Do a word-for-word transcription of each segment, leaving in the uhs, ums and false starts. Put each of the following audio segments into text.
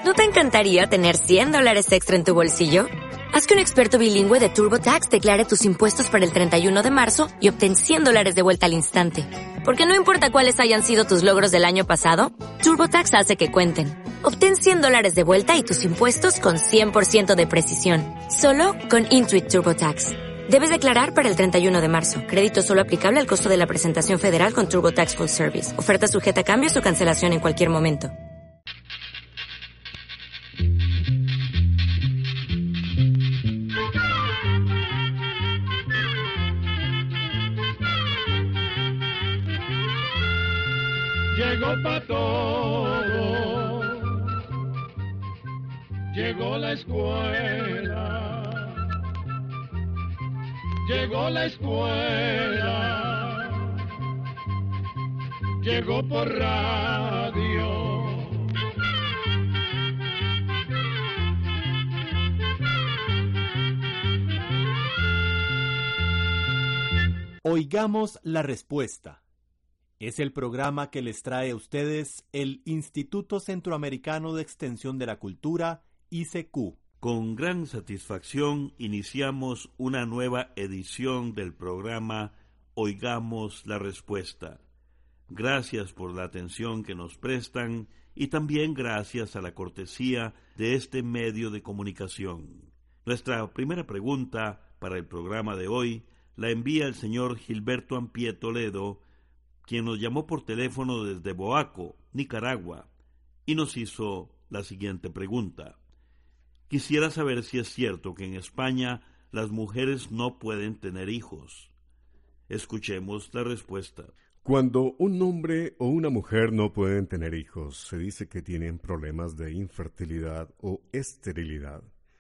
¿No te encantaría tener cien dólares extra en tu bolsillo? Haz que un experto bilingüe de TurboTax declare tus impuestos para el treinta y uno de marzo y obtén cien dólares de vuelta al instante. Porque no importa cuáles hayan sido tus logros del año pasado, TurboTax hace que cuenten. Obtén cien dólares de vuelta y tus impuestos con cien por ciento de precisión. Solo con Intuit TurboTax. Debes declarar para el treinta y uno de marzo. Crédito solo aplicable al costo de la presentación federal con TurboTax Full Service. Oferta sujeta a cambios o cancelación en cualquier momento. Llegó pa' todo, llegó la escuela, llegó la escuela, llegó por radio. Oigamos la respuesta. Es el programa que les trae a ustedes el Instituto Centroamericano de Extensión de la Cultura, I C Q. Con gran satisfacción iniciamos una nueva edición del programa Oigamos la Respuesta. Gracias por la atención que nos prestan y también gracias a la cortesía de este medio de comunicación. Nuestra primera pregunta para el programa de hoy la envía el señor Gilberto Ampie Toledo, quien nos llamó por teléfono desde Boaco, Nicaragua, y nos hizo la siguiente pregunta. Quisiera saber si es cierto que en España las mujeres no pueden tener hijos. Escuchemos la respuesta. Cuando un hombre o una mujer no pueden tener hijos, se dice que tienen problemas de infertilidad o esterilidad.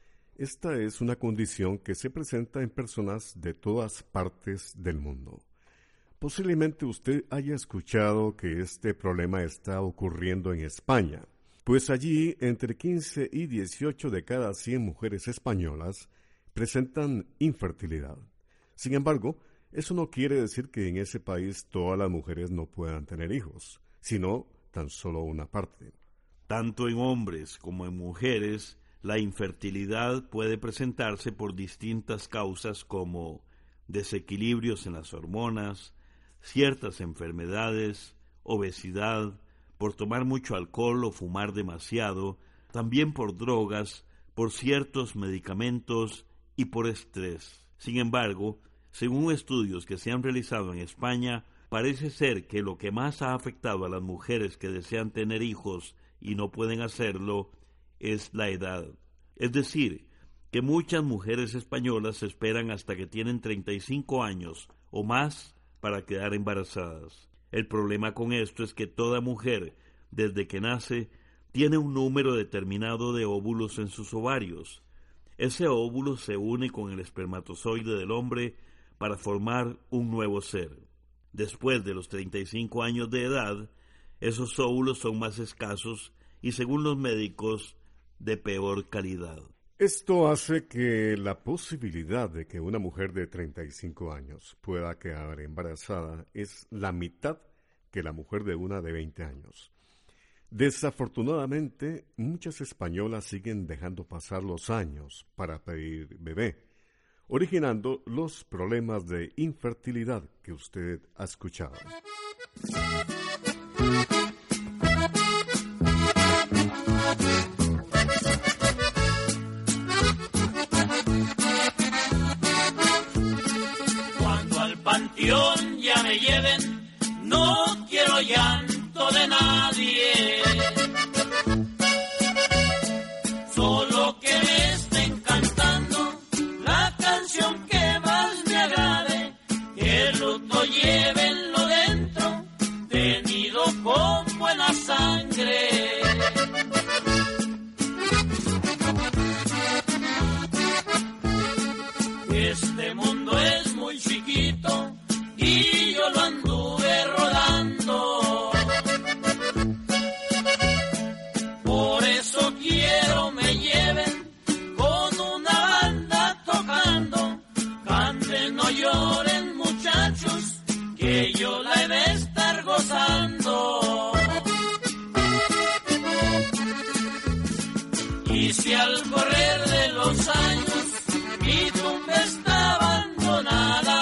Esta es una condición que se presenta en personas de todas partes del mundo. Posiblemente usted haya escuchado que este problema está ocurriendo en España, pues allí entre quince y dieciocho de cada cien mujeres españolas presentan infertilidad. Sin embargo, eso no quiere decir que en ese país todas las mujeres no puedan tener hijos, sino tan solo una parte. Tanto en hombres como en mujeres, la infertilidad puede presentarse por distintas causas como desequilibrios en las hormonas, ciertas enfermedades, obesidad, por tomar mucho alcohol o fumar demasiado, también por drogas, por ciertos medicamentos y por estrés. Sin embargo, según estudios que se han realizado en España, parece ser que lo que más ha afectado a las mujeres que desean tener hijos y no pueden hacerlo es la edad. Es decir, que muchas mujeres españolas esperan hasta que tienen treinta y cinco años o más para quedar embarazadas. El problema con esto es que toda mujer, desde que nace, tiene un número determinado de óvulos en sus ovarios. Ese óvulo se une con el espermatozoide del hombre para formar un nuevo ser. Después de los treinta y cinco años de edad, esos óvulos son más escasos y, según los médicos, de peor calidad. Esto hace que la posibilidad de que una mujer de treinta y cinco años pueda quedar embarazada es la mitad que la mujer de una de veinte años. Desafortunadamente, muchas españolas siguen dejando pasar los años para pedir bebé, originando los problemas de infertilidad que usted ha escuchado. Ya me lleven, no quiero llanto de nadie, solo que me estén cantando la canción que más me agrade, que el luto llévenlo dentro de Y si al correr de los años mi tumba está abandonada,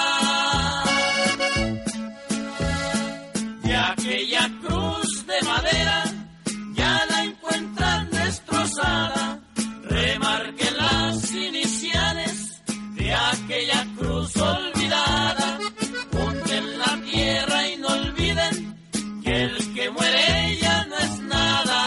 y aquella cruz de madera ya la encuentran destrozada, remarquen las iniciales de aquella cruz olvidada, junten la tierra y no olviden que el que muere ya no es nada.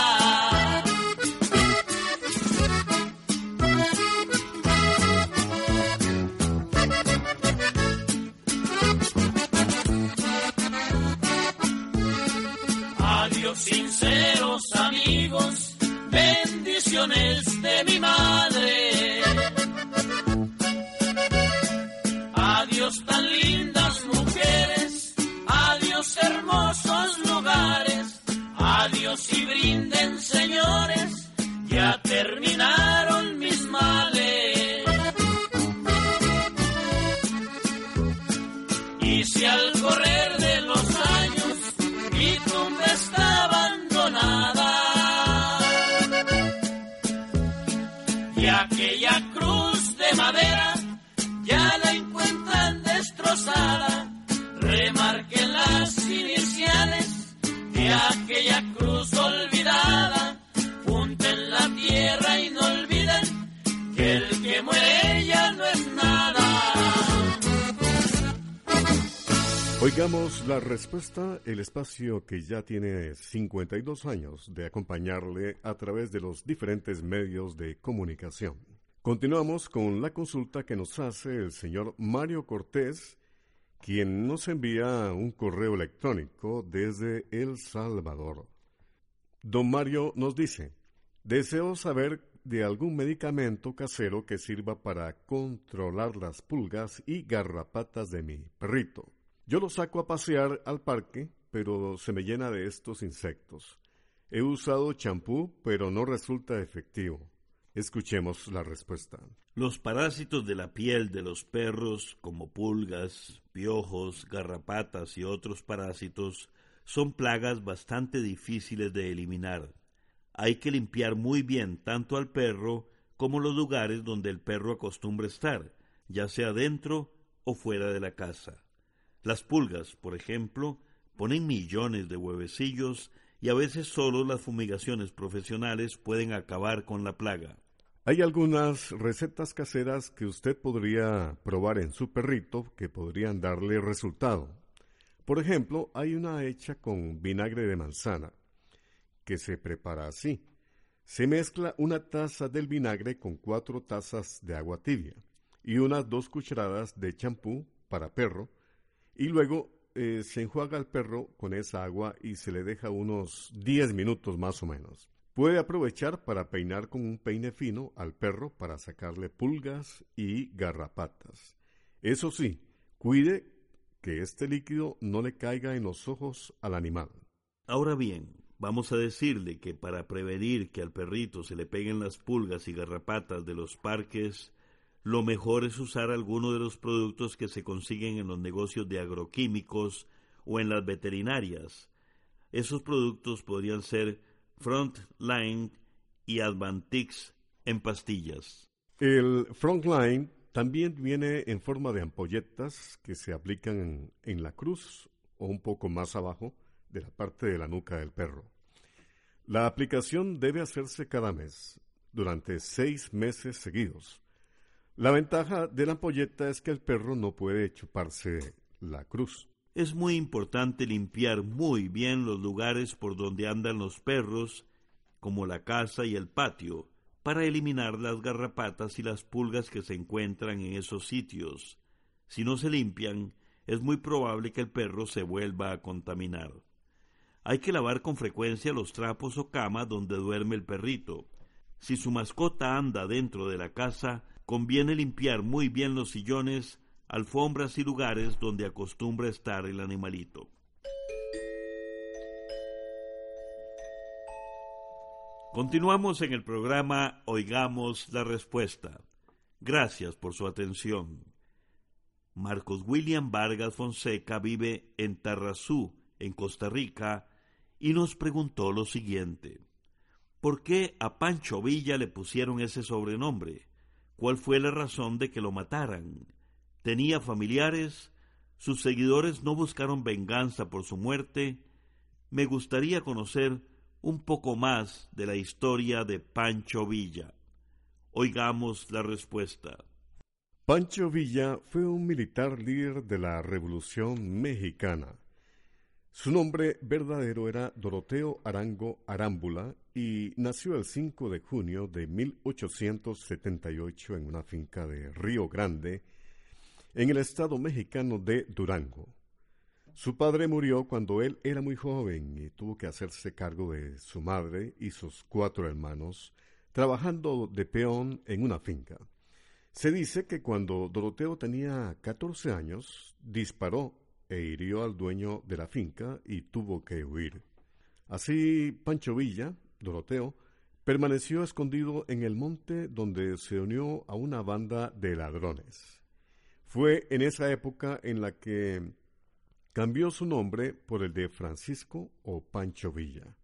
Adiós sinceros amigos, bendiciones de mi madre. Adiós tan lindas mujeres, adiós hermosos lugares, adiós y brinden señores, ya terminaron mis males. Y si al correr de los años mi tumba está abandonada, y aquella cruz de madera ya la encuentran destrozada, remarquen las iniciales de aquella cruz olvidada, junten la tierra y no olviden que el que muere ya no es nada. Oigamos la respuesta, el espacio que ya tiene cincuenta y dos años de acompañarle a través de los diferentes medios de comunicación. Continuamos con la consulta que nos hace el señor Mario Cortés, quien nos envía un correo electrónico desde El Salvador. Don Mario nos dice: deseo saber de algún medicamento casero que sirva para controlar las pulgas y garrapatas de mi perrito. Yo lo saco a pasear al parque, pero se me llena de estos insectos. He usado champú, pero no resulta efectivo. Escuchemos la respuesta. Los parásitos de la piel de los perros, como pulgas, piojos, garrapatas y otros parásitos, son plagas bastante difíciles de eliminar. Hay que limpiar muy bien tanto al perro como los lugares donde el perro acostumbra estar, ya sea dentro o fuera de la casa. Las pulgas, por ejemplo, ponen millones de huevecillos y a veces solo las fumigaciones profesionales pueden acabar con la plaga. Hay algunas recetas caseras que usted podría probar en su perrito que podrían darle resultado. Por ejemplo, hay una hecha con vinagre de manzana, que se prepara así. Se mezcla una taza del vinagre con cuatro tazas de agua tibia y unas dos cucharadas de champú para perro, y luego eh, se enjuaga al perro con esa agua y se le deja unos diez minutos más o menos. Puede aprovechar para peinar con un peine fino al perro para sacarle pulgas y garrapatas. Eso sí, cuide que este líquido no le caiga en los ojos al animal. Ahora bien, vamos a decirle que para prevenir que al perrito se le peguen las pulgas y garrapatas de los parques, lo mejor es usar alguno de los productos que se consiguen en los negocios de agroquímicos o en las veterinarias. Esos productos podrían ser Frontline y Advantix en pastillas. El Frontline también viene en forma de ampolletas que se aplican en, en la cruz o un poco más abajo de la parte de la nuca del perro. La aplicación debe hacerse cada mes, durante seis meses seguidos. La ventaja de la ampolleta es que el perro no puede chuparse la cruz. Es muy importante limpiar muy bien los lugares por donde andan los perros, como la casa y el patio, para eliminar las garrapatas y las pulgas que se encuentran en esos sitios. Si no se limpian, es muy probable que el perro se vuelva a contaminar. Hay que lavar con frecuencia los trapos o cama donde duerme el perrito. Si su mascota anda dentro de la casa, conviene limpiar muy bien los sillones, alfombras y lugares donde acostumbra estar el animalito. Continuamos en el programa Oigamos la Respuesta. Gracias por su atención. Marcos William Vargas Fonseca vive en Tarrazú, en Costa Rica, y nos preguntó lo siguiente: ¿Por qué a Pancho Villa le pusieron ese sobrenombre? ¿Cuál fue la razón de que lo mataran? ¿Tenía familiares? ¿Sus seguidores no buscaron venganza por su muerte? Me gustaría conocer un poco más de la historia de Pancho Villa. Oigamos la respuesta. Pancho Villa fue un militar líder de la Revolución Mexicana. Su nombre verdadero era Doroteo Arango Arámbula y nació el cinco de junio de mil ochocientos setenta y ocho en una finca de Río Grande, en el estado mexicano de Durango. Su padre murió cuando él era muy joven y tuvo que hacerse cargo de su madre y sus cuatro hermanos, trabajando de peón en una finca. Se dice que cuando Doroteo tenía catorce años, disparó e hirió al dueño de la finca y tuvo que huir. Así, Pancho Villa, Doroteo, permaneció escondido en el monte donde se unió a una banda de ladrones. Fue en esa época en la que cambió su nombre por el de Francisco o Pancho Villa.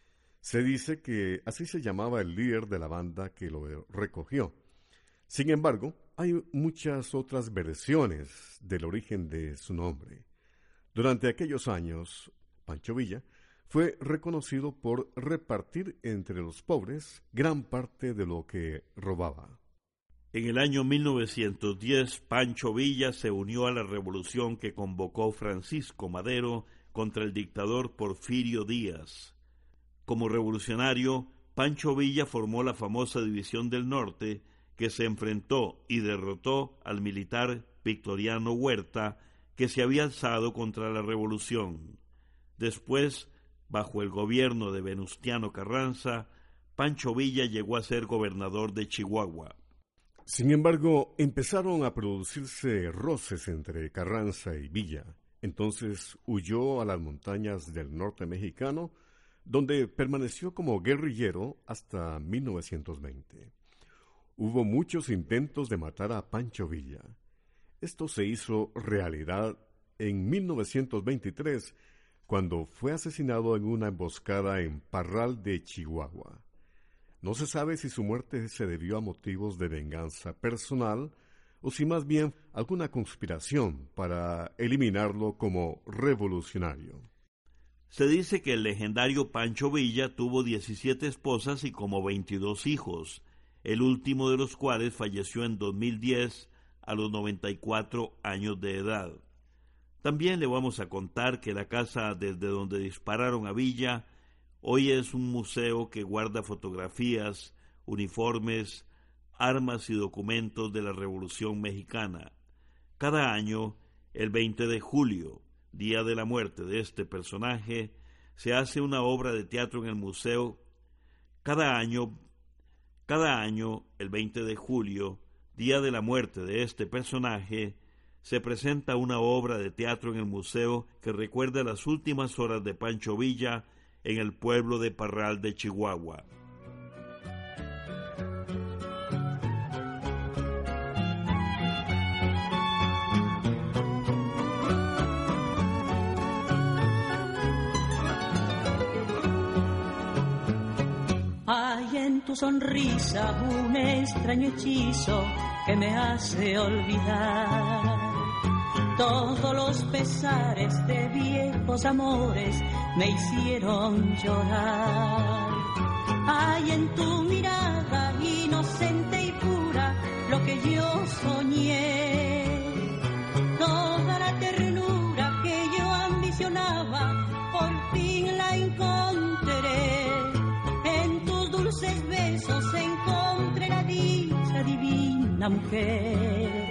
Se dice que así se llamaba el líder de la banda que lo recogió. Sin embargo, hay muchas otras versiones del origen de su nombre. Durante aquellos años, Pancho Villa fue reconocido por repartir entre los pobres gran parte de lo que robaba. En el año mil novecientos diez, Pancho Villa se unió a la revolución que convocó Francisco Madero contra el dictador Porfirio Díaz. Como revolucionario, Pancho Villa formó la famosa División del Norte, que se enfrentó y derrotó al militar Victoriano Huerta, que se había alzado contra la revolución. Después, bajo el gobierno de Venustiano Carranza, Pancho Villa llegó a ser gobernador de Chihuahua. Sin embargo, empezaron a producirse roces entre Carranza y Villa. Entonces huyó a las montañas del norte mexicano, donde permaneció como guerrillero hasta mil novecientos veinte. Hubo muchos intentos de matar a Pancho Villa. Esto se hizo realidad en mil novecientos veintitrés, cuando fue asesinado en una emboscada en Parral de Chihuahua. No se sabe si su muerte se debió a motivos de venganza personal o si más bien alguna conspiración para eliminarlo como revolucionario. Se dice que el legendario Pancho Villa tuvo diecisiete esposas y como veintidós hijos, el último de los cuales falleció en dos mil diez a los noventa y cuatro años de edad. También le vamos a contar que la casa desde donde dispararon a Villa hoy es un museo que guarda fotografías, uniformes, armas y documentos de la Revolución Mexicana. Cada año, el veinte de julio, día de la muerte de este personaje, se hace una obra de teatro en el museo. Cada año, cada año, el veinte de julio, día de la muerte de este personaje, se presenta una obra de teatro en el museo que recuerda las últimas horas de Pancho Villa en el pueblo de Parral de Chihuahua. Hay en tu sonrisa un extraño hechizo que me hace olvidar todos los pesares de viejos amores me hicieron llorar. Hay en tu mirada inocente y pura lo que yo soñé, toda la ternura que yo ambicionaba, por fin la encontré. En tus dulces besos encontré la dicha divina, mujer.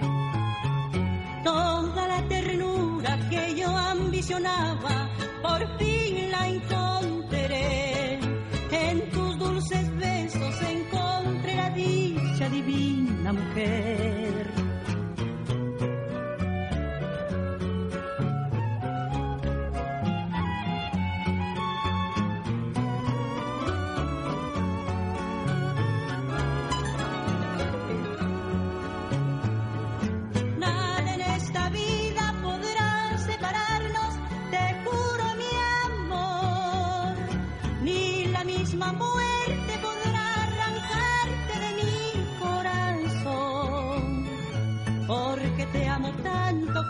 Toda la ternura que yo ambicionaba, por fin la encontré. En tus dulces besos encontré la dicha divina, mujer. Te juro mi amor,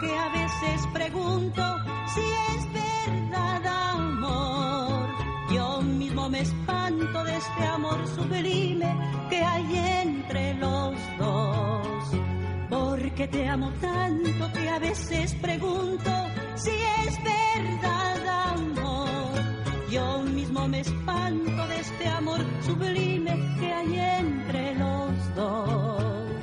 que a veces pregunto si es verdad amor. Yo mismo me espanto de este amor sublime que hay entre los dos. Porque te amo tanto que a veces pregunto si es verdad amor. Yo mismo me espanto de este amor sublime que hay entre los dos.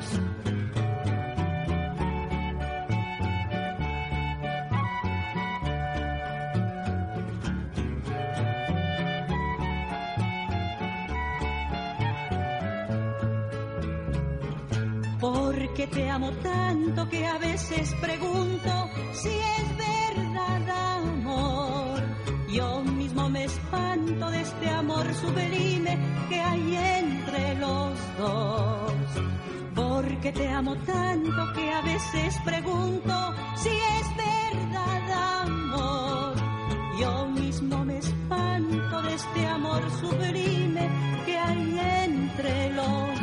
Porque te amo tanto que a veces pregunto si es verdad amor. Yo mismo me espanto de este amor sublime que hay entre los dos. Porque te amo tanto que a veces pregunto si es verdad amor. Yo mismo me espanto de este amor sublime que hay entre los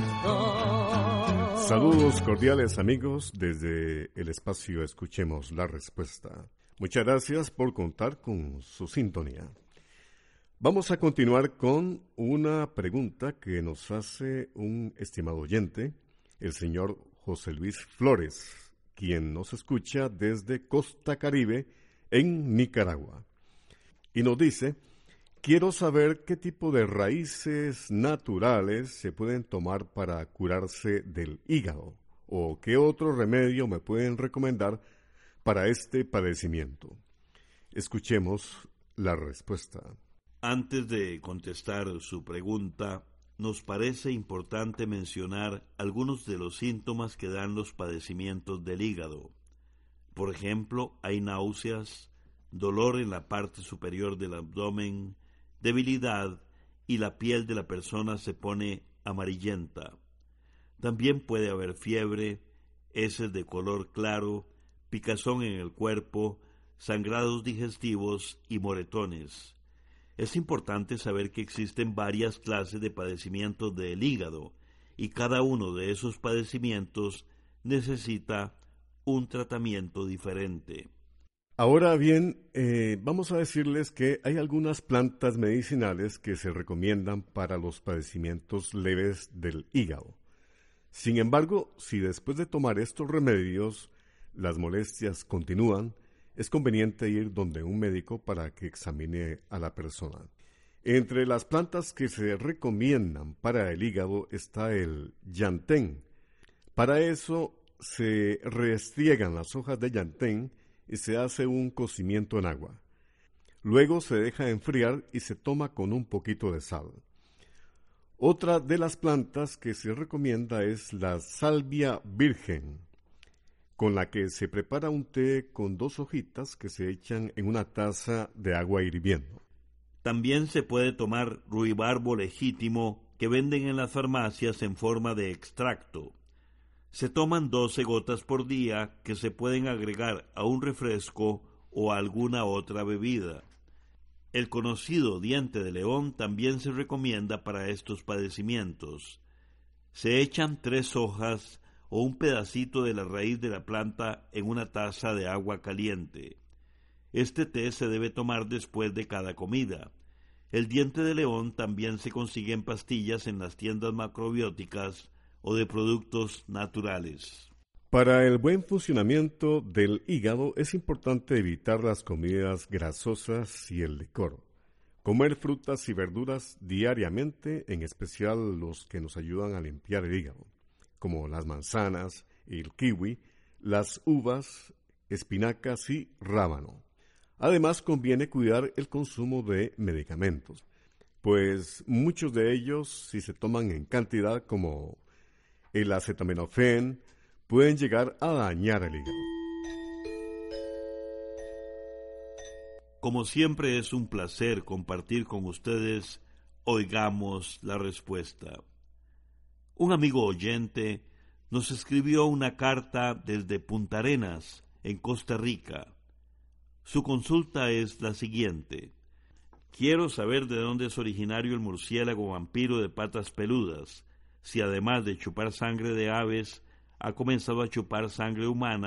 dos. Saludos cordiales amigos desde el espacio Escuchemos la Respuesta. Muchas gracias por contar con su sintonía. Vamos a continuar con una pregunta que nos hace un estimado oyente, el señor José Luis Flores, quien nos escucha desde Costa Caribe, en Nicaragua. Y nos dice: quiero saber qué tipo de raíces naturales se pueden tomar para curarse del hígado, o qué otro remedio me pueden recomendar para este padecimiento. Escuchemos la respuesta. Antes de contestar su pregunta, nos parece importante mencionar algunos de los síntomas que dan los padecimientos del hígado. Por ejemplo, hay náuseas, dolor en la parte superior del abdomen, debilidad, y la piel de la persona se pone amarillenta. También puede haber fiebre, heces de color claro, picazón en el cuerpo, sangrados digestivos y moretones. Es importante saber que existen varias clases de padecimientos del hígado y cada uno de esos padecimientos necesita un tratamiento diferente. Ahora bien, eh, vamos a decirles que hay algunas plantas medicinales que se recomiendan para los padecimientos leves del hígado. Sin embargo, si después de tomar estos remedios las molestias continúan, es conveniente ir donde un médico para que examine a la persona. Entre las plantas que se recomiendan para el hígado está el llantén. Para eso se restriegan las hojas de llantén y se hace un cocimiento en agua. Luego se deja enfriar y se toma con un poquito de sal. Otra de las plantas que se recomienda es la salvia virgen, con la que se prepara un té con dos hojitas que se echan en una taza de agua hirviendo. También se puede tomar ruibarbo legítimo que venden en las farmacias en forma de extracto. Se toman doce gotas por día que se pueden agregar a un refresco o a alguna otra bebida. El conocido diente de león también se recomienda para estos padecimientos. Se echan tres hojas o un pedacito de la raíz de la planta en una taza de agua caliente. Este té se debe tomar después de cada comida. El diente de león también se consigue en pastillas en las tiendas macrobióticas o de productos naturales. Para el buen funcionamiento del hígado es importante evitar las comidas grasosas y el licor. Comer frutas y verduras diariamente, en especial los que nos ayudan a limpiar el hígado, como las manzanas, el kiwi, las uvas, espinacas y rábano. Además, conviene cuidar el consumo de medicamentos, pues muchos de ellos, si se toman en cantidad como el acetaminofén, pueden llegar a dañar el hígado. Como siempre es un placer compartir con ustedes, oigamos la respuesta. Un amigo oyente nos escribió una carta desde Punta Arenas, en Costa Rica. Su consulta es la siguiente: quiero saber de dónde es originario el murciélago vampiro de patas peludas, si además de chupar sangre de aves, ha comenzado a chupar sangre humana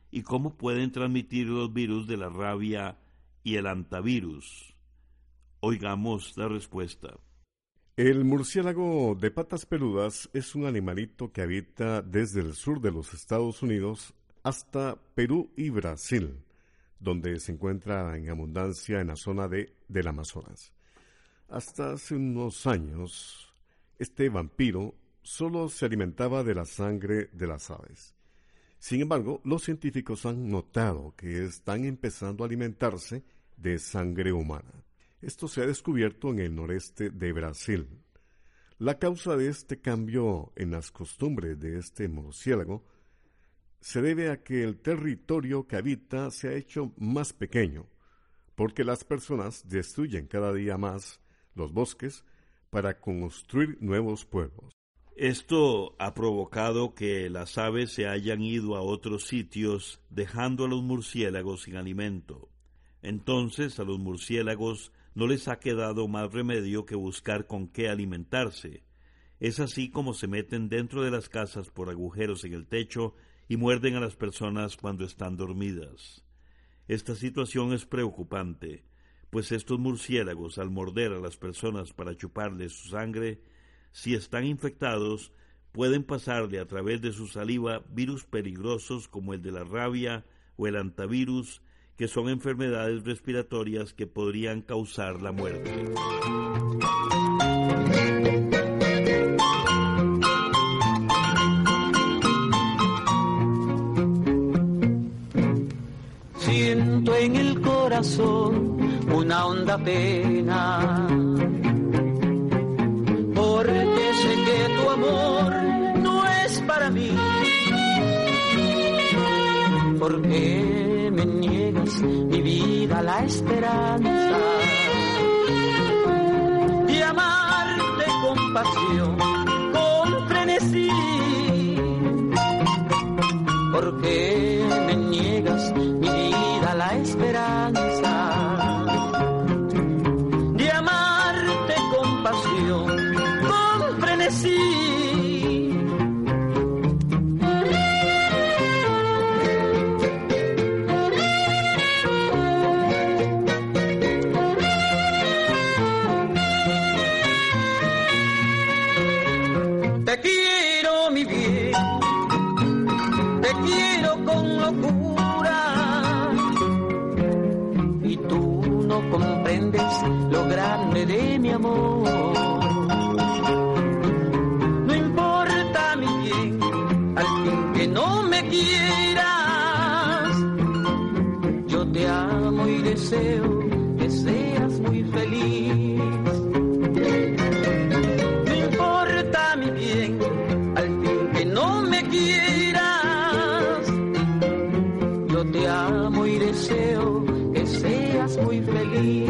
y cómo pueden transmitir los virus de la rabia y el hantavirus. Oigamos la respuesta. El murciélago de patas peludas es un animalito que habita desde el sur de los Estados Unidos hasta Perú y Brasil, donde se encuentra en abundancia en la zona de, del Amazonas. Hasta hace unos años, este vampiro solo se alimentaba de la sangre de las aves. Sin embargo, los científicos han notado que están empezando a alimentarse de sangre humana. Esto se ha descubierto en el noreste de Brasil. La causa de este cambio en las costumbres de este murciélago se debe a que el territorio que habita se ha hecho más pequeño, porque las personas destruyen cada día más los bosques para construir nuevos pueblos. Esto ha provocado que las aves se hayan ido a otros sitios, dejando a los murciélagos sin alimento. Entonces a los murciélagos no les ha quedado más remedio que buscar con qué alimentarse. Es así como se meten dentro de las casas por agujeros en el techo y muerden a las personas cuando están dormidas. Esta situación es preocupante, pues estos murciélagos, al morder a las personas para chuparles su sangre, si están infectados, pueden pasarle a través de su saliva virus peligrosos como el de la rabia o el hantavirus, que son enfermedades respiratorias que podrían causar la muerte. Siento en el corazón una honda pena, porque sé que tu amor no es para mí. Porque me niegas mi vida, la esperanza de amarte con pasión, con frenesí. Porque me niegas mi vida, la esperanza de amarte con pasión, con frenesí. Te quiero, mi bien, te quiero con locura, y tú no comprendes lo grande de mi amor. No importa, mi bien, al fin que no me quieras, yo te amo y deseo que seas muy feliz. No importa, mi bien, al fin que no me quieras, yo te amo y deseo que seas muy feliz.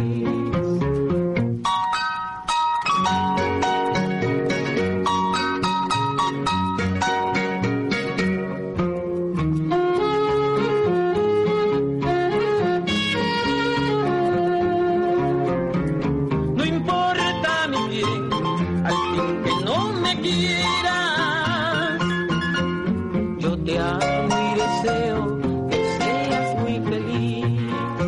No importa, mi bien, al fin que no me quieras, yo te amo y deseo que seas muy feliz.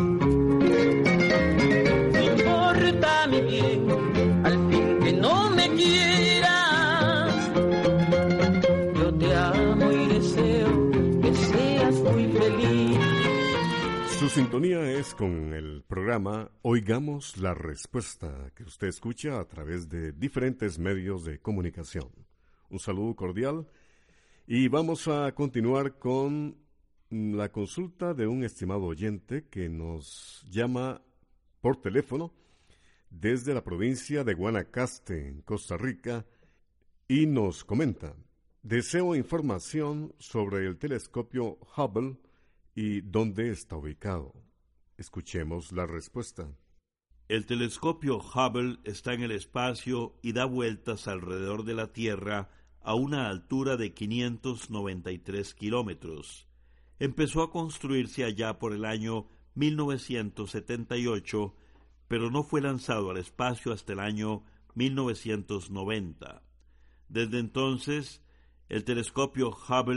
No importa, mi bien, al fin que no me quieras, yo te amo y deseo que seas muy feliz. Su sintonía es con el programa Oigamos la Respuesta, que usted escucha a través de diferentes medios de comunicación. Un saludo cordial y vamos a continuar con la consulta de un estimado oyente que nos llama por teléfono desde la provincia de Guanacaste, en Costa Rica, y nos comenta: deseo información sobre el telescopio Hubble y dónde está ubicado. Escuchemos la respuesta. El telescopio Hubble está en el espacio y da vueltas alrededor de la Tierra a una altura de quinientos noventa y tres kilómetros. Empezó a construirse allá por el año mil novecientos setenta y ocho, pero no fue lanzado al espacio hasta el año mil novecientos noventa. Desde entonces, el telescopio Hubble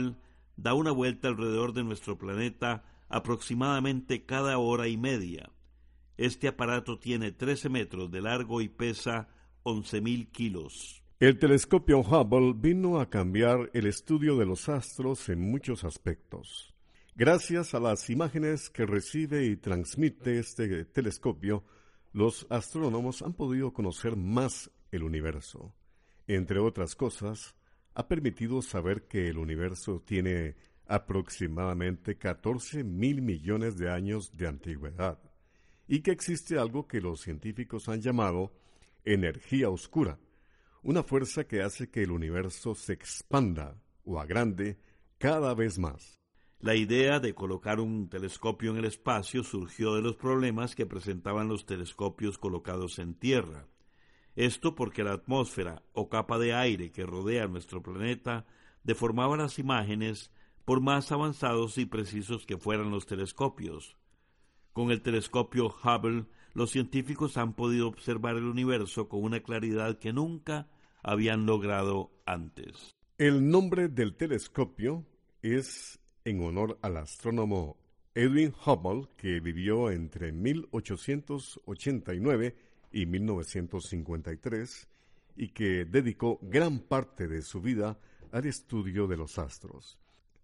da una vuelta alrededor de nuestro planeta aproximadamente cada hora y media. Este aparato tiene trece metros de largo y pesa once mil kilos. El telescopio Hubble vino a cambiar el estudio de los astros en muchos aspectos. Gracias a las imágenes que recibe y transmite este telescopio, los astrónomos han podido conocer más el universo. Entre otras cosas, ha permitido saber que el universo tiene aproximadamente catorce mil millones de años de antigüedad y que existe algo que los científicos han llamado energía oscura, una fuerza que hace que el universo se expanda o agrande cada vez más. La idea de colocar un telescopio en el espacio surgió de los problemas que presentaban los telescopios colocados en tierra. Esto porque la atmósfera o capa de aire que rodea nuestro planeta deformaba las imágenes por más avanzados y precisos que fueran los telescopios. Con el telescopio Hubble, los científicos han podido observar el universo con una claridad que nunca habían logrado antes. El nombre del telescopio es en honor al astrónomo Edwin Hubble, que vivió entre mil ochocientos ochenta y nueve y mil novecientos cincuenta y tres y que dedicó gran parte de su vida al estudio de los astros.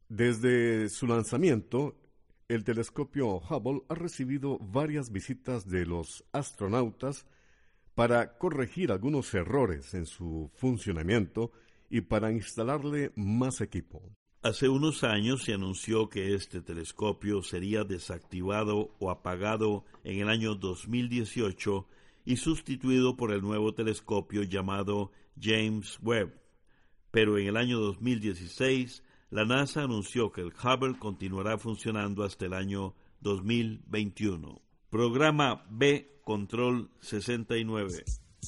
Desde su lanzamiento, el telescopio Hubble ha recibido varias visitas de los astronautas para corregir algunos errores en su funcionamiento y para instalarle más equipo. Hace unos años se anunció que este telescopio sería desactivado o apagado en el año dos mil dieciocho y sustituido por el nuevo telescopio llamado James Webb. Pero en el año dos mil dieciséis, la NASA anunció que el Hubble continuará funcionando hasta el año dos mil veintiuno. Programa B, Control sesenta y nueve.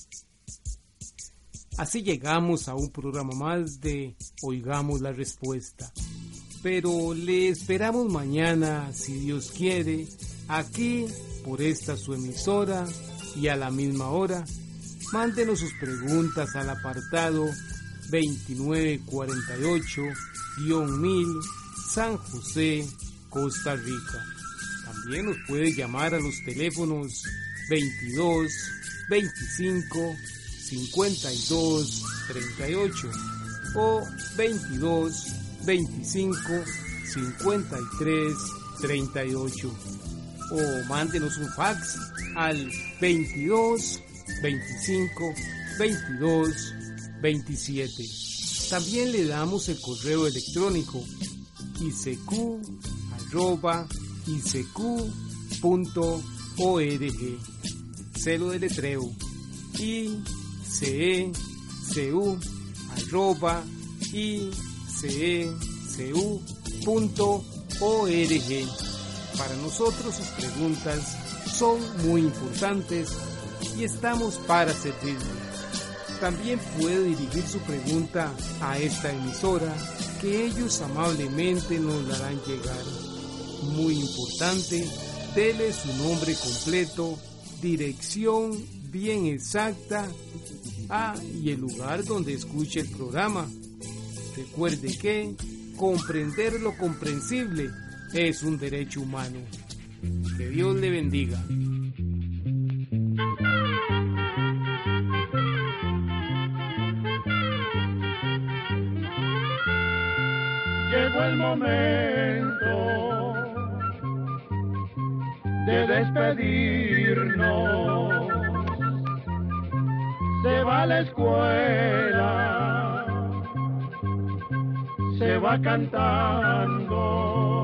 Así llegamos a un programa más de Oigamos la Respuesta. Pero le esperamos mañana, si Dios quiere, aquí por esta su emisora y a la misma hora. Mándenos sus preguntas al apartado veintinueve cuarenta y ocho mil San José, Costa Rica. También nos puede llamar a los teléfonos veintidós, veinticinco, cincuenta y dos, treinta y ocho o veintidós, veinticinco, cincuenta y tres, treinta y ocho, o mándenos un fax al veintidós, veinticinco, veintidós, veintisiete. También le damos el correo electrónico i c q arroba i c q punto org. Se lo deletreo: i c e c u arroba i c e c u punto org. Para nosotros sus preguntas son muy importantes y estamos para servirle. También puede dirigir su pregunta a esta emisora, que ellos amablemente nos la harán llegar. Muy importante, dele su nombre completo, dirección bien exacta, ah, y el lugar donde escuche el programa. Recuerde que comprender lo comprensible es un derecho humano. Que Dios le bendiga. Llegó el momento de despedirnos. Se va a la escuela, se va cantando.